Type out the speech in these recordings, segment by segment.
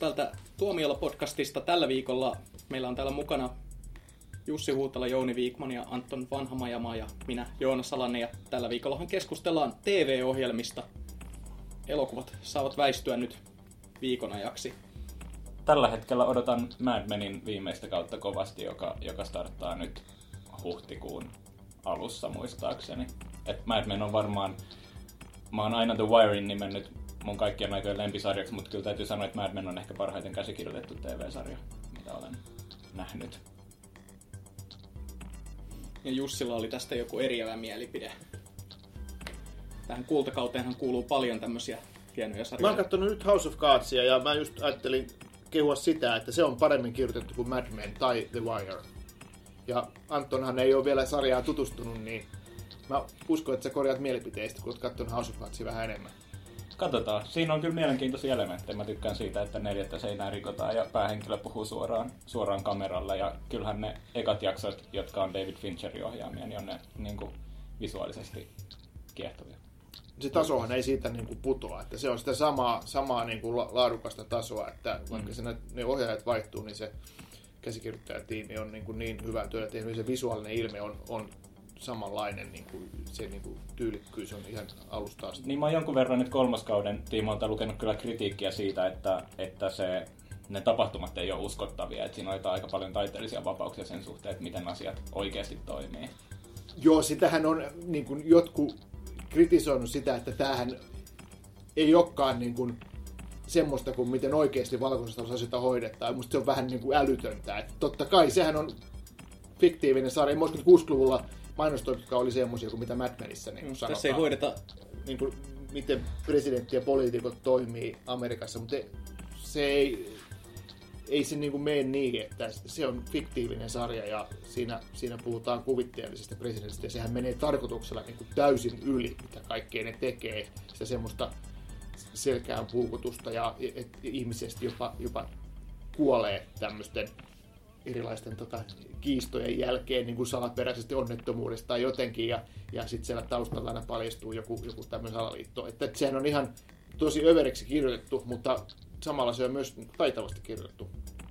täältä Tuomiolla-podcastista. Tällä viikolla meillä on täällä mukana Jussi Huutala, Jouni Viikman ja Anton Vanhamajama ja minä Joonas Salanen. Ja tällä viikollahan keskustellaan TV-ohjelmista. Elokuvat saavat väistyä nyt viikon ajaksi. Tällä hetkellä odotan Mad Menin viimeistä kautta kovasti, joka starttaa nyt huhtikuun alussa muistaakseni. Et Mad Men on varmaan, mä oon aina The Wirein nimennyt mun kaikkien aikojen lempisarjaksi, mutta kyllä täytyy sanoa, että Mad Men on ehkä parhaiten käsikirjoitettu TV-sarja, mitä olen nähnyt. Ja Jussilla oli tästä joku eriävä mielipide. Tähän kultakauteenhan kuuluu paljon tämmöisiä hienoja sarjoja. Mä oon katsonut nyt House of Cardsia ja mä just ajattelin kehua sitä, että se on paremmin kirjoitettu kuin Mad Men tai The Wire. Ja Antonhan ei ole vielä sarjaa tutustunut, niin mä uskon, että sä korjaat mielipiteistä, kun oot katsonut House of Cardsia vähän enemmän. Katsotaan. Siinä on kyllä mielenkiintoisia elementtejä. Mä tykkään siitä, että 4 seinää rikotaan ja päähenkilö puhuu suoraan kameralle. Ja kyllähän ne ekat jaksot, jotka on David Fincherin ohjaamia, niin on ne niin kuin visuaalisesti kiehtovia. Se tasohan ei siitä niin kuin putoa. Että se on sitä samaa niin kuin laadukasta tasoa, että vaikka ne ohjaajat vaihtuu, niin se käsikirjoittajatiimi on niin hyvää työtä tehnyt. Se visuaalinen ilme on samanlainen, niin kuin se niin kuin tyylikkyys on ihan alusta asti. Niin mä oon jonkun verran nyt kolmoskauden tiimoilta lukenut kyllä kritiikkiä siitä, että ne tapahtumat ei ole uskottavia. Että siinä on aika paljon taiteellisia vapauksia sen suhteen, että miten asiat oikeasti toimii. Joo, sitähän on niin kuin jotkut kritisoinut sitä, että tämähän ei olekaan niin kuin semmoista kuin miten oikeasti valkoisesta asioita hoidetaan. Musta se on vähän niin kuin älytöntä. Että totta kai sehän on fiktiivinen sarja. Musta 60-luvulla mainostoimitkaan oli semmoisia kuin mitä Mad Menissä niin sanotaan. Tässä ei hoideta niin kuin, miten presidentti ja poliitikot toimii Amerikassa, mutta se ei se niin kuin mene niin, että se on fiktiivinen sarja ja siinä puhutaan kuvitteellisesta presidentistä ja sehän menee tarkoituksella niin kuin täysin yli, mitä kaikkea ne tekee. Sitä semmoista selkään puukutusta ja ihmisestä jopa kuolee tämmöisten erilaisten kiistojen jälkeen niin kuin salaperäisesti onnettomuudesta tai jotenkin, ja sitten siellä taustalla aina paljastuu joku tämmöinen salaliitto. Että sehän on ihan tosi överiksi kirjoitettu, mutta samalla se on myös taitavasti kirjoitettu.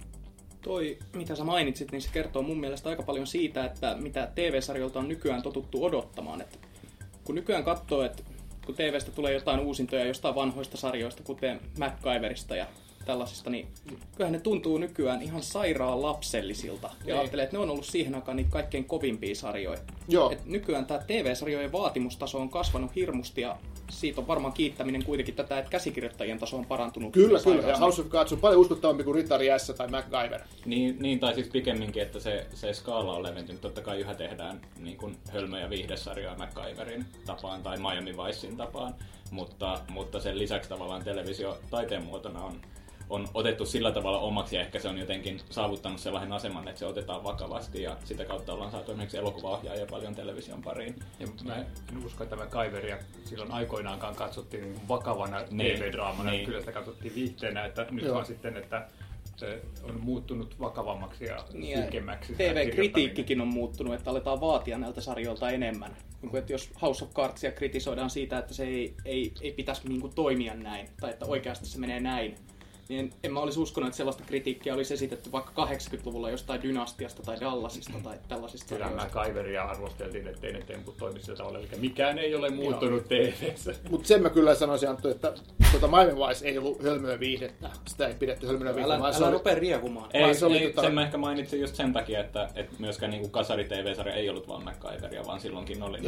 Toi, mitä sä mainitsit, niin se kertoo mun mielestä aika paljon siitä, että mitä TV-sarjoilta on nykyään totuttu odottamaan. Että kun nykyään katsoo, että kun TV:stä tulee jotain uusintoja jostain vanhoista sarjoista, kuten MacGyverista ja tällaisista, niin kyllähän ne tuntuu nykyään ihan sairaan lapsellisilta. Ja ajattelee, että ne on ollut siihen aikaan niitä kaikkein kovimpia sarjoja. Et nykyään tämä TV-sarjojen vaatimustaso on kasvanut hirmusti ja siitä on varmaan kiittäminen kuitenkin tätä, että käsikirjoittajien taso on parantunut. Kyllä. Ja House of Cards on paljon uskottavampi kuin Ritari S tai MacGyver. Niin, tai siis pikemminkin, että se skaala on leventynyt. Totta kai yhä tehdään niin kuin hölmöjä viihdesarjoja MacGyverin tapaan tai Miami Vicein tapaan, mutta sen lisäksi tavallaan televisio taiteen muotona on otettu sillä tavalla omaksi ja ehkä se on jotenkin saavuttanut sellaisen aseman, että se otetaan vakavasti ja sitä kautta ollaan saatu esimerkiksi elokuvaohjaajia paljon television pariin. Ja mä en usko, että MacGyveria silloin aikoinaankaan katsottiin vakavana TV-draamana, kyllä sitä katsottiin viihteenä, että nyt vaan sitten, että se on muuttunut vakavammaksi ja synkemmäksi. TV-kritiikkikin on muuttunut, että aletaan vaatia näiltä sarjoilta enemmän. Niin kuin, että jos House of Cardsia kritisoidaan siitä, että se ei pitäisi niin kuin toimia näin, tai että oikeasti se menee näin, niin en mä olisi uskonut, että sellaista kritiikkiä olisi esitetty vaikka 80-luvulla jostain Dynastiasta tai Dallasista tai tällaisista sarjoista. Kyllä MacGyveria arvosteltiin, ettei ne temput toimi sillä tavalla, eli mikään ei ole muuttunut TV:ssä. Mutta sen mä kyllä sanoisin, Antto, että Miami Vice ei ollut hölmöä viihdettä. Sitä ei pidetty hölmönä viihdettä. Älä rupea riehumaan. Sen mä ehkä mainitsin just sen takia, että myöskään niin kasari-TV-sarja ei ollut vaan MacGyveria, vaan silloinkin oli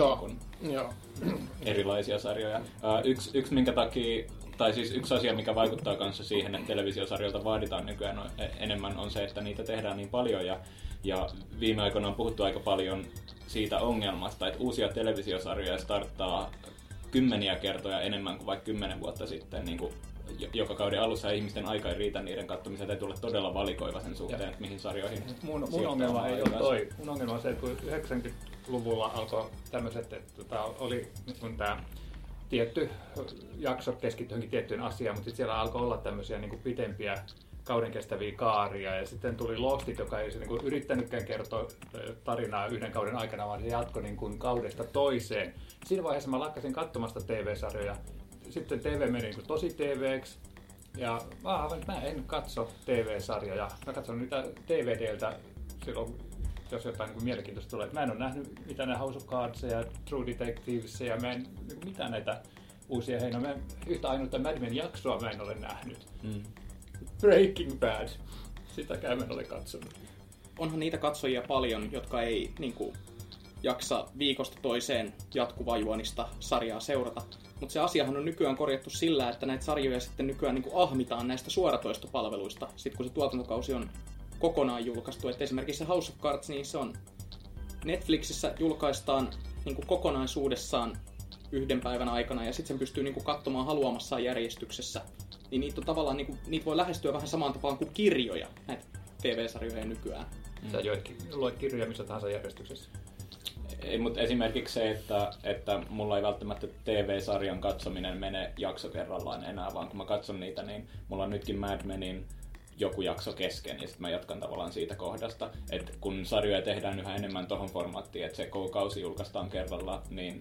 erilaisia sarjoja. Yksi minkä takia, tai siis yksi asia, mikä vaikuttaa kanssa siihen, että televisiosarjoilta vaaditaan nykyään enemmän, on se, että niitä tehdään niin paljon. Ja viime aikoina on puhuttu aika paljon siitä ongelmasta, että uusia televisiosarjoja starttaa kymmeniä kertoja enemmän kuin vaikka 10 vuotta sitten. Niin kuin joka kauden alussa ihmisten aika ei riitä niiden katsomiseen, täytyy olla todella valikoiva sen suhteen, että mihin sarjoihin mun ongelma ei ole toi. Mun ongelma on se, että kun 90-luvulla alkoi tämmöiset, että oli kun tämä tietty jakso keskittyi johonkin tiettyyn asiaan, mutta siellä alkoi olla tämmöisiä niin kuin pitempiä kauden kestäviä kaaria, ja sitten tuli Lostit, joka ei niin kuin yrittänytkään kertoa tarinaa yhden kauden aikana, vaan se jatkoi niin kuin kaudesta toiseen. Siinä vaiheessa mä lakkasin katsomasta TV-sarjoja. Sitten TV meni niin kuin tosi TV:ksi, Ja mä en katso TV-sarjoja. Mä katson niitä DVDltä silloin, jos jotain niin mielenkiintoista tulee. Mä en ole nähnyt mitään näitä House of Cards ja True Detectives ja mä en mitään näitä uusia heinoja. Yhtä ainutta Mad Men jaksoa mä en ole nähnyt. Breaking Bad. Sitäkään mä en ole katsonut. Onhan niitä katsojia paljon, jotka ei niinku jaksa viikosta toiseen jatkuvaa juonista sarjaa seurata. Mutta se asiahan on nykyään korjattu sillä, että näitä sarjoja sitten nykyään niinku ahmitaan näistä suoratoistopalveluista, sit kun se tuotantokausi on kokonaan julkaistu. Et esimerkiksi se House of Cards, niin se on Netflixissä julkaistaan niinku kokonaisuudessaan yhden päivän aikana, ja sitten sen pystyy niinku katsomaan haluamassaan järjestyksessä. Niin niitä on tavallaan, niinku, niitä voi lähestyä vähän samaan tapaan kuin kirjoja, näitä TV-sarjoja nykyään. Sä luet kirjoja missä tahansa järjestyksessä. Ei, mutta esimerkiksi se, että mulla ei välttämättä TV-sarjan katsominen mene jakso kerrallaan enää, vaan kun mä katson niitä, niin mulla on nytkin Mad Menin joku jakso kesken, ja sitten mä jatkan tavallaan siitä kohdasta. Et kun sarjoja tehdään yhä enemmän tohon formaattiin, että se koko kausi julkaistaan kerralla, niin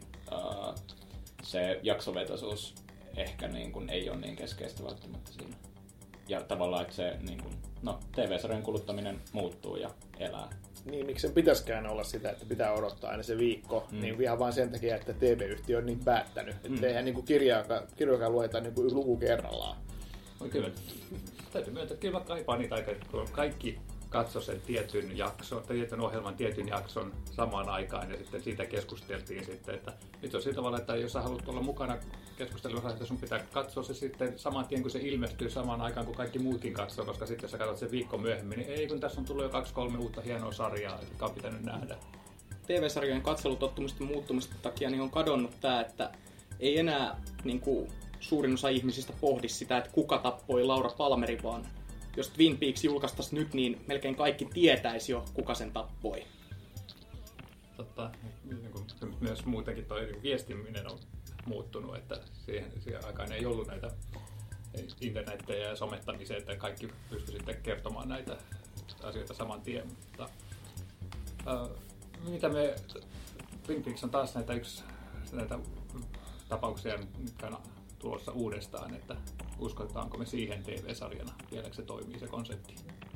se jaksovetoisuus ehkä niin kun ei ole niin keskeistä välttämättä siinä. Ja tavallaan, että se niin kun, TV-sarjan kuluttaminen muuttuu ja elää. Niin, miksi sen pitäisikään olla sitä, että pitää odottaa aina se viikko, niin ihan vain sen takia, että TV-yhtiö on niin päättänyt. Että eihän niin kirjoakaan lueta niin luku kerrallaan. Kyllä, täytyy myöntää, että kyllä mä kaipaan niitä aikaa, kun kaikki katsoi sen tietyn jakson, tai tietyn ohjelman tietyn jakson samaan aikaan, ja sitten siitä keskusteltiin sitten, että nyt on sillä tavalla, että jos sä haluat olla mukana keskustelussa, että sun pitää katsoa se sitten saman tien, kun se ilmestyy samaan aikaan, kun kaikki muutkin katsoo, koska sitten jos sä katsot sen viikko myöhemmin, niin ei, kun tässä on tullut jo 2-3 uutta hienoa sarjaa, jotka on pitänyt nähdä. TV-sarjojen katselutottumusten muuttumista takia niin on kadonnut tämä, että ei enää niin kuin suurin osa ihmisistä pohdi sitä, että kuka tappoi Laura Palmerin, vaan jos Twin Peaks julkaistaisi nyt, niin melkein kaikki tietäisi jo, kuka sen tappoi. Totta. Myös muutenkin tuo viestiminen on muuttunut, että siihen aikaan ei ollut näitä internettejä ja somettamisia, että kaikki pystyi sitten kertomaan näitä asioita saman tien. Mutta, mitä me Twin Peaks on taas näitä tapauksia, mitkä on tulossa uudestaan, että uskotaanko me siihen TV-sarjana? Vieläkö se toimii se konsepti?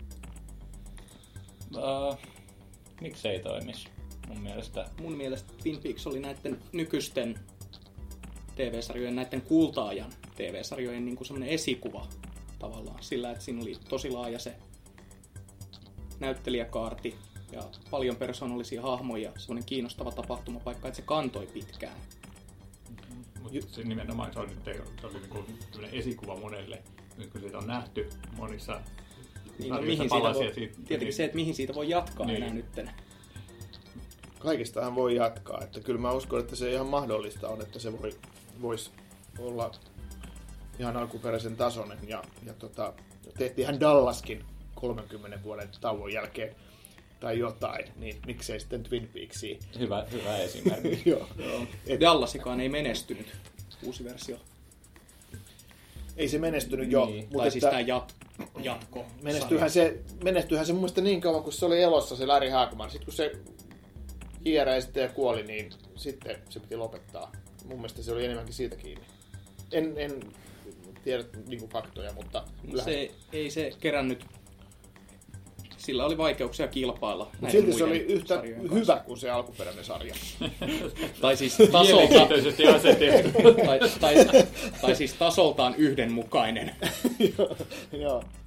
Miksi ei toimisi? Mun mielestä Twin Peaks oli näiden nykyisten TV-sarjojen, näiden kulta-ajan TV-sarjojen niin kuin semmoinen esikuva tavallaan. Sillä, että siinä oli tosi laaja se näyttelijäkaarti ja paljon persoonallisia hahmoja, semmoinen kiinnostava tapahtumapaikka, että se kantoi pitkään. Mutta nimenomaan se oli niin esikuva monelle, nyt kun siitä on nähty monissa palasia. Tietenkin se, että mihin siitä voi jatkaa enää nytten. Kaikistahan voi jatkaa, että kyllä mä uskon, että se ihan mahdollista on, että se voisi olla ihan alkuperäisen tasoinen ja tehtiinhän Dallaskin 30 vuoden tauon jälkeen tai jotain, niin miksei sitten Twin Peaksia. Hyvä esimerkki. Joo. Dallasikaan ei menestynyt, uusi versio. Ei se menestynyt jo. Niin. Mutta tai siis tämä jatko. Menestyyhän se mun mielestä niin kauan, kun se oli elossa se Larry Hagman. Sitten kun se JR-esittäjä kuoli, niin sitten se piti lopettaa. Mun mielestä se oli enemmänkin siitä kiinni. En tiedä niin faktoja, mutta ei se kerännyt. Sillä oli vaikeuksia kilpailla. Silti se oli yhtä hyvä kuin se alkuperäinen sarja. Tai siis tai siis tasoltaan yhdenmukainen. Joo.